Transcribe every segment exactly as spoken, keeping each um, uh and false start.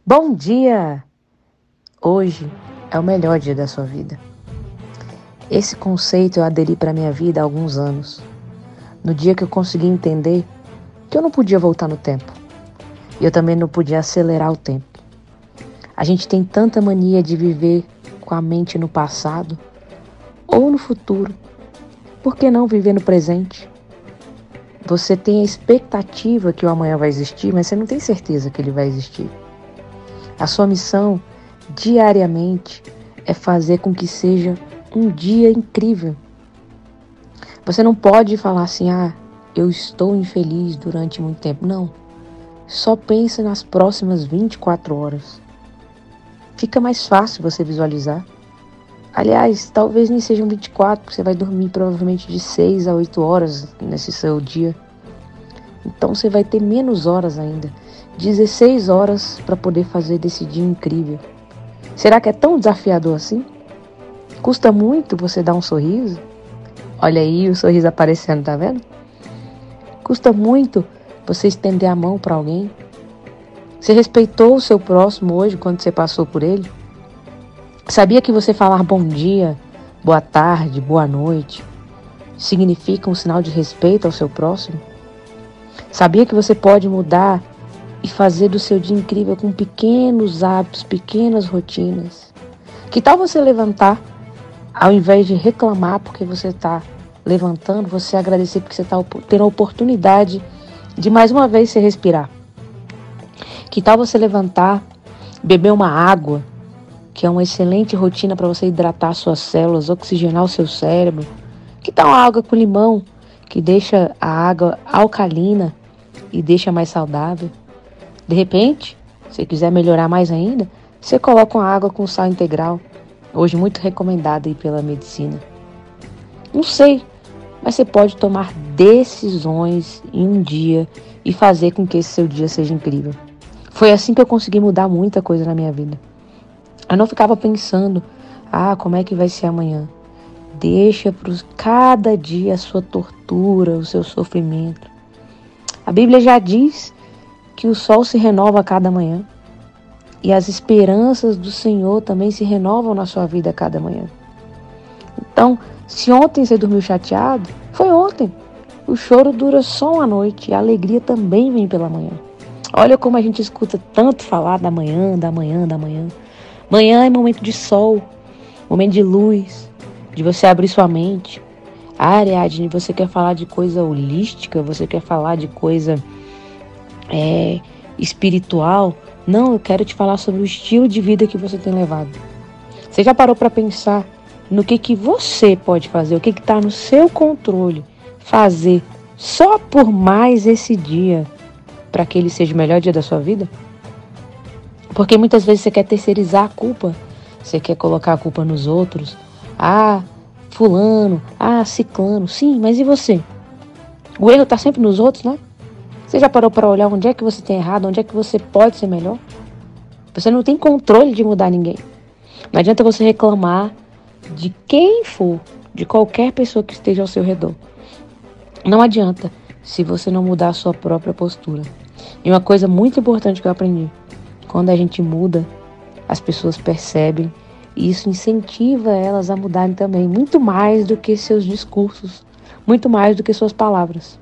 Bom dia! Hoje é o melhor dia da sua vida. Esse conceito eu aderi para minha vida há alguns anos. No dia que eu consegui entender que eu não podia voltar no tempo. E eu também não podia acelerar o tempo. A gente tem tanta mania de viver com a mente no passado ou no futuro. Por que não viver no presente? Você tem a expectativa que o amanhã vai existir, mas você não tem certeza que ele vai existir. A sua missão, diariamente, é fazer com que seja um dia incrível. Você não pode falar assim, ah, eu estou infeliz durante muito tempo. Não. Só pense nas próximas vinte e quatro horas. Fica mais fácil você visualizar. Aliás, talvez nem sejam vinte e quatro, porque você vai dormir provavelmente de seis a oito horas nesse seu dia. Então você vai ter menos horas ainda. dezesseis horas para poder fazer desse dia incrível. Será que é tão desafiador assim? Custa muito você dar um sorriso? Olha aí o sorriso aparecendo, tá vendo? Custa muito você estender a mão para alguém? Você respeitou o seu próximo hoje quando você passou por ele? Sabia que você falar bom dia, boa tarde, boa noite significa um sinal de respeito ao seu próximo? Sabia que você pode mudar e fazer do seu dia incrível com pequenos hábitos, pequenas rotinas? Que tal você levantar, ao invés de reclamar porque você está levantando, você agradecer porque você está tendo a oportunidade de mais uma vez se respirar? Que tal você levantar, beber uma água, que é uma excelente rotina para você hidratar suas células, oxigenar o seu cérebro? Que tal uma água com limão, que deixa a água alcalina e deixa mais saudável? De repente, se quiser melhorar mais ainda, você coloca uma água com sal integral, hoje muito recomendada aí pela medicina. Não sei, mas você pode tomar decisões em um dia e fazer com que esse seu dia seja incrível. Foi assim que eu consegui mudar muita coisa na minha vida. Eu não ficava pensando, ah, como é que vai ser amanhã? Deixa para cada dia a sua tortura, o seu sofrimento. A Bíblia já diz que o sol se renova a cada manhã. E as esperanças do Senhor também se renovam na sua vida a cada manhã. Então, se ontem você dormiu chateado, foi ontem. O choro dura só uma noite e a alegria também vem pela manhã. Olha como a gente escuta tanto falar da manhã, da manhã, da manhã. Manhã é momento de sol, momento de luz, de você abrir sua mente. Ah, Ariadne, você quer falar de coisa holística? Você quer falar de coisa é, espiritual? Não, eu quero te falar sobre o estilo de vida que você tem levado. Você já parou para pensar no que, que você pode fazer, o que está no seu controle fazer só por mais esse dia para que ele seja o melhor dia da sua vida? Porque muitas vezes você quer terceirizar a culpa, você quer colocar a culpa nos outros. Ah, fulano, ah, ciclano. Sim, mas e você? O erro está sempre nos outros, né? Você já parou para olhar onde é que você tem errado, onde é que você pode ser melhor? Você não tem controle de mudar ninguém. Não adianta você reclamar de quem for, de qualquer pessoa que esteja ao seu redor. Não adianta se você não mudar a sua própria postura. E uma coisa muito importante que eu aprendi: quando a gente muda, as pessoas percebem e isso incentiva elas a mudarem também, muito mais do que seus discursos, muito mais do que suas palavras.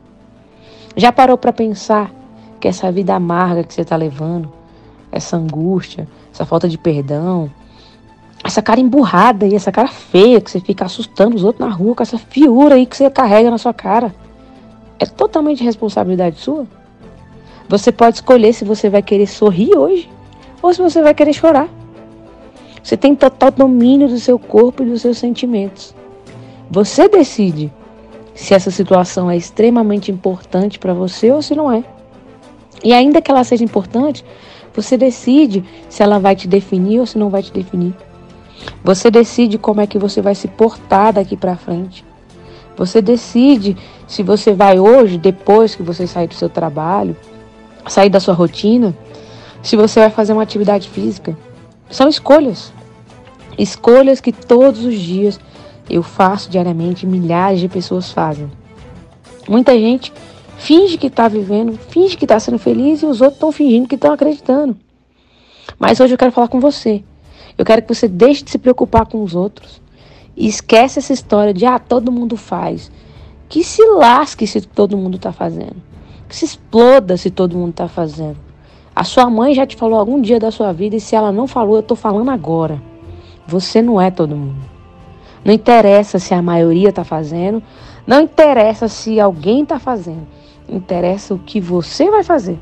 Já parou para pensar que essa vida amarga que você está levando, essa angústia, essa falta de perdão, essa cara emburrada e essa cara feia que você fica assustando os outros na rua com essa fiura aí que você carrega na sua cara, é totalmente responsabilidade sua? Você pode escolher se você vai querer sorrir hoje ou se você vai querer chorar. Você tem total domínio do seu corpo e dos seus sentimentos. Você decide se essa situação é extremamente importante para você ou se não é. E ainda que ela seja importante, você decide se ela vai te definir ou se não vai te definir. Você decide como é que você vai se portar daqui para frente. Você decide se você vai hoje, depois que você sair do seu trabalho, sair da sua rotina, se você vai fazer uma atividade física. São escolhas. Escolhas que todos os dias eu faço diariamente, milhares de pessoas fazem. Muita gente finge que está vivendo, finge que está sendo feliz e os outros estão fingindo que estão acreditando. Mas hoje eu quero falar com você. Eu quero que você deixe de se preocupar com os outros. E esquece essa história de, ah, todo mundo faz. Que se lasque se todo mundo está fazendo. Que se exploda se todo mundo está fazendo. A sua mãe já te falou algum dia da sua vida e se ela não falou, eu estou falando agora. Você não é todo mundo. Não interessa se a maioria está fazendo. Não interessa se alguém está fazendo. Interessa o que você vai fazer.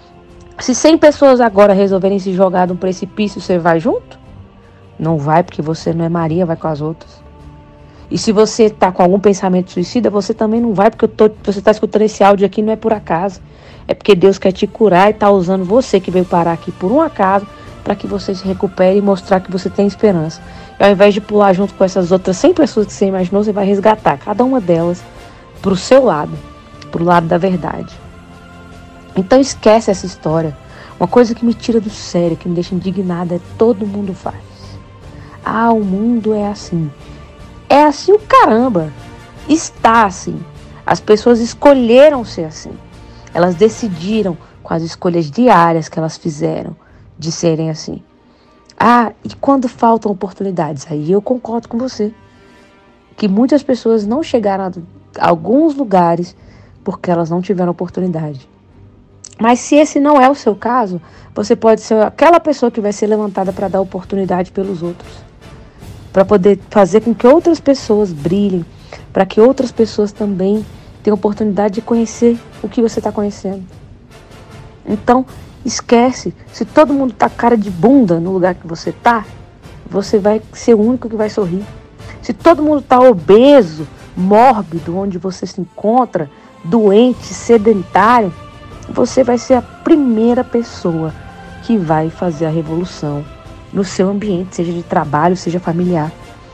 Se cem pessoas agora resolverem se jogar de um precipício, você vai junto? Não vai, porque você não é Maria, vai com as outras. E se você está com algum pensamento suicida, você também não vai, porque eu tô, você está escutando esse áudio aqui não é por acaso. É porque Deus quer te curar e está usando você que veio parar aqui por um acaso para que você se recupere e mostrar que você tem esperança. E ao invés de pular junto com essas outras cem pessoas que você imaginou, você vai resgatar cada uma delas para o seu lado, para o lado da verdade. Então esquece essa história. Uma coisa que me tira do sério, que me deixa indignada, é todo mundo faz. Ah, o mundo é assim. É assim o caramba. Está assim. As pessoas escolheram ser assim. Elas decidiram com as escolhas diárias que elas fizeram de serem assim. Ah, e quando faltam oportunidades? Aí eu concordo com você. Que muitas pessoas não chegaram a alguns lugares porque elas não tiveram oportunidade. Mas se esse não é o seu caso, você pode ser aquela pessoa que vai ser levantada para dar oportunidade pelos outros. Para poder fazer com que outras pessoas brilhem. Para que outras pessoas também tenham oportunidade de conhecer o que você está conhecendo. Então, esquece. Se todo mundo tá cara de bunda no lugar que você tá, você vai ser o único que vai sorrir. Se todo mundo tá obeso, mórbido, onde você se encontra, doente, sedentário, você vai ser a primeira pessoa que vai fazer a revolução no seu ambiente, seja de trabalho, seja familiar.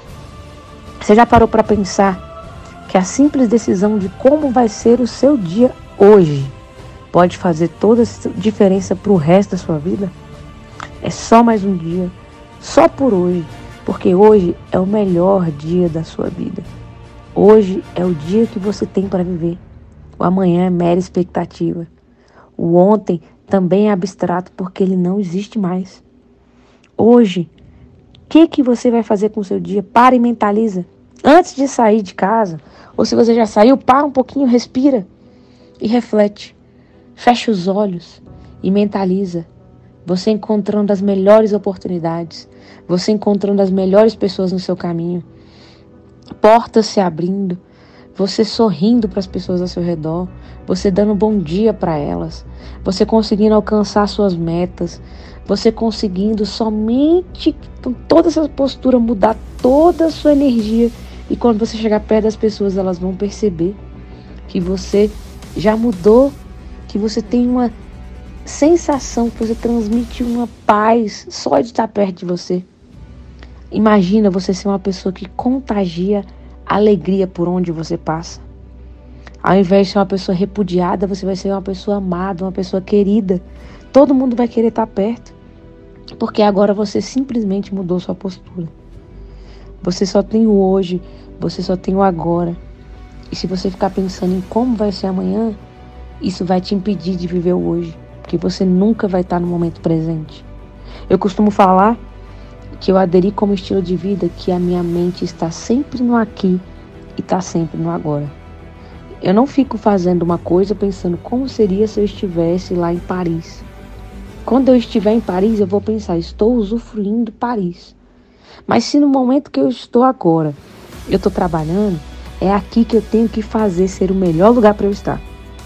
Você já parou para pensar que a simples decisão de como vai ser o seu dia hoje pode fazer toda a diferença para o resto da sua vida? É só mais um dia, só por hoje, porque hoje é o melhor dia da sua vida. Hoje é o dia que você tem para viver. O amanhã é mera expectativa. O ontem também é abstrato porque ele não existe mais. Hoje, o que, que você vai fazer com o seu dia? Para e mentaliza. Antes de sair de casa, ou se você já saiu, para um pouquinho, respira e reflete. Fecha os olhos e mentaliza. Você encontrando as melhores oportunidades. Você encontrando as melhores pessoas no seu caminho. Portas se abrindo. Você sorrindo para as pessoas ao seu redor. Você dando bom dia para elas. Você conseguindo alcançar suas metas. Você conseguindo somente com toda essa postura mudar toda a sua energia. E quando você chegar perto das pessoas, elas vão perceber que você já mudou. Que você tem uma sensação, que você transmite uma paz só de estar perto de você. Imagina você ser uma pessoa que contagia alegria por onde você passa. Ao invés de ser uma pessoa repudiada, você vai ser uma pessoa amada, uma pessoa querida. Todo mundo vai querer estar perto. Porque agora você simplesmente mudou sua postura. Você só tem o hoje, você só tem o agora. E se você ficar pensando em como vai ser amanhã, isso vai te impedir de viver o hoje. Porque você nunca vai estar no momento presente. Eu costumo falar que eu aderi como estilo de vida que a minha mente está sempre no aqui e está sempre no agora. Eu não fico fazendo uma coisa pensando como seria se eu estivesse lá em Paris. Quando eu estiver em Paris, eu vou pensar, estou usufruindo Paris. Mas se no momento que eu estou agora, eu estou trabalhando, é aqui que eu tenho que fazer ser o melhor lugar para eu estar.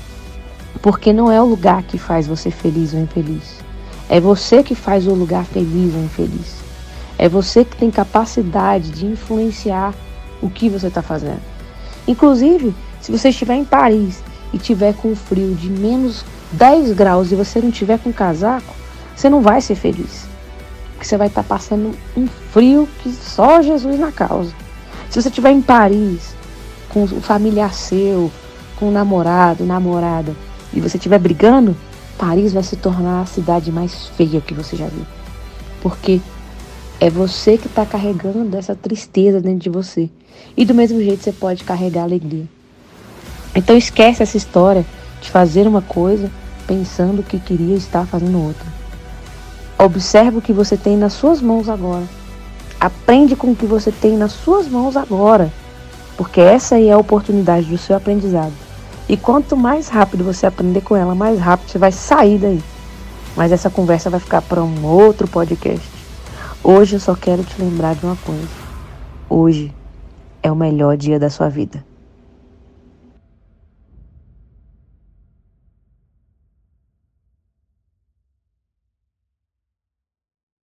Porque não é o lugar que faz você feliz ou infeliz. É você que faz o lugar feliz ou infeliz. É você que tem capacidade de influenciar o que você está fazendo. Inclusive, se você estiver em Paris e tiver com frio de menos dez graus e você não tiver com casaco, você não vai ser feliz. Porque você vai estar passando um frio que só Jesus na causa. Se você estiver em Paris com um familiar seu, com um namorado, namorada, e você estiver brigando, Paris vai se tornar a cidade mais feia que você já viu. Porque é você que está carregando essa tristeza dentro de você. E do mesmo jeito você pode carregar alegria. Então esquece essa história de fazer uma coisa pensando que queria estar fazendo outra. Observe o que você tem nas suas mãos agora. Aprende com o que você tem nas suas mãos agora, porque essa aí é a oportunidade do seu aprendizado. E quanto mais rápido você aprender com ela, mais rápido você vai sair daí. Mas essa conversa vai ficar para um outro podcast. Hoje eu só quero te lembrar de uma coisa. Hoje é o melhor dia da sua vida.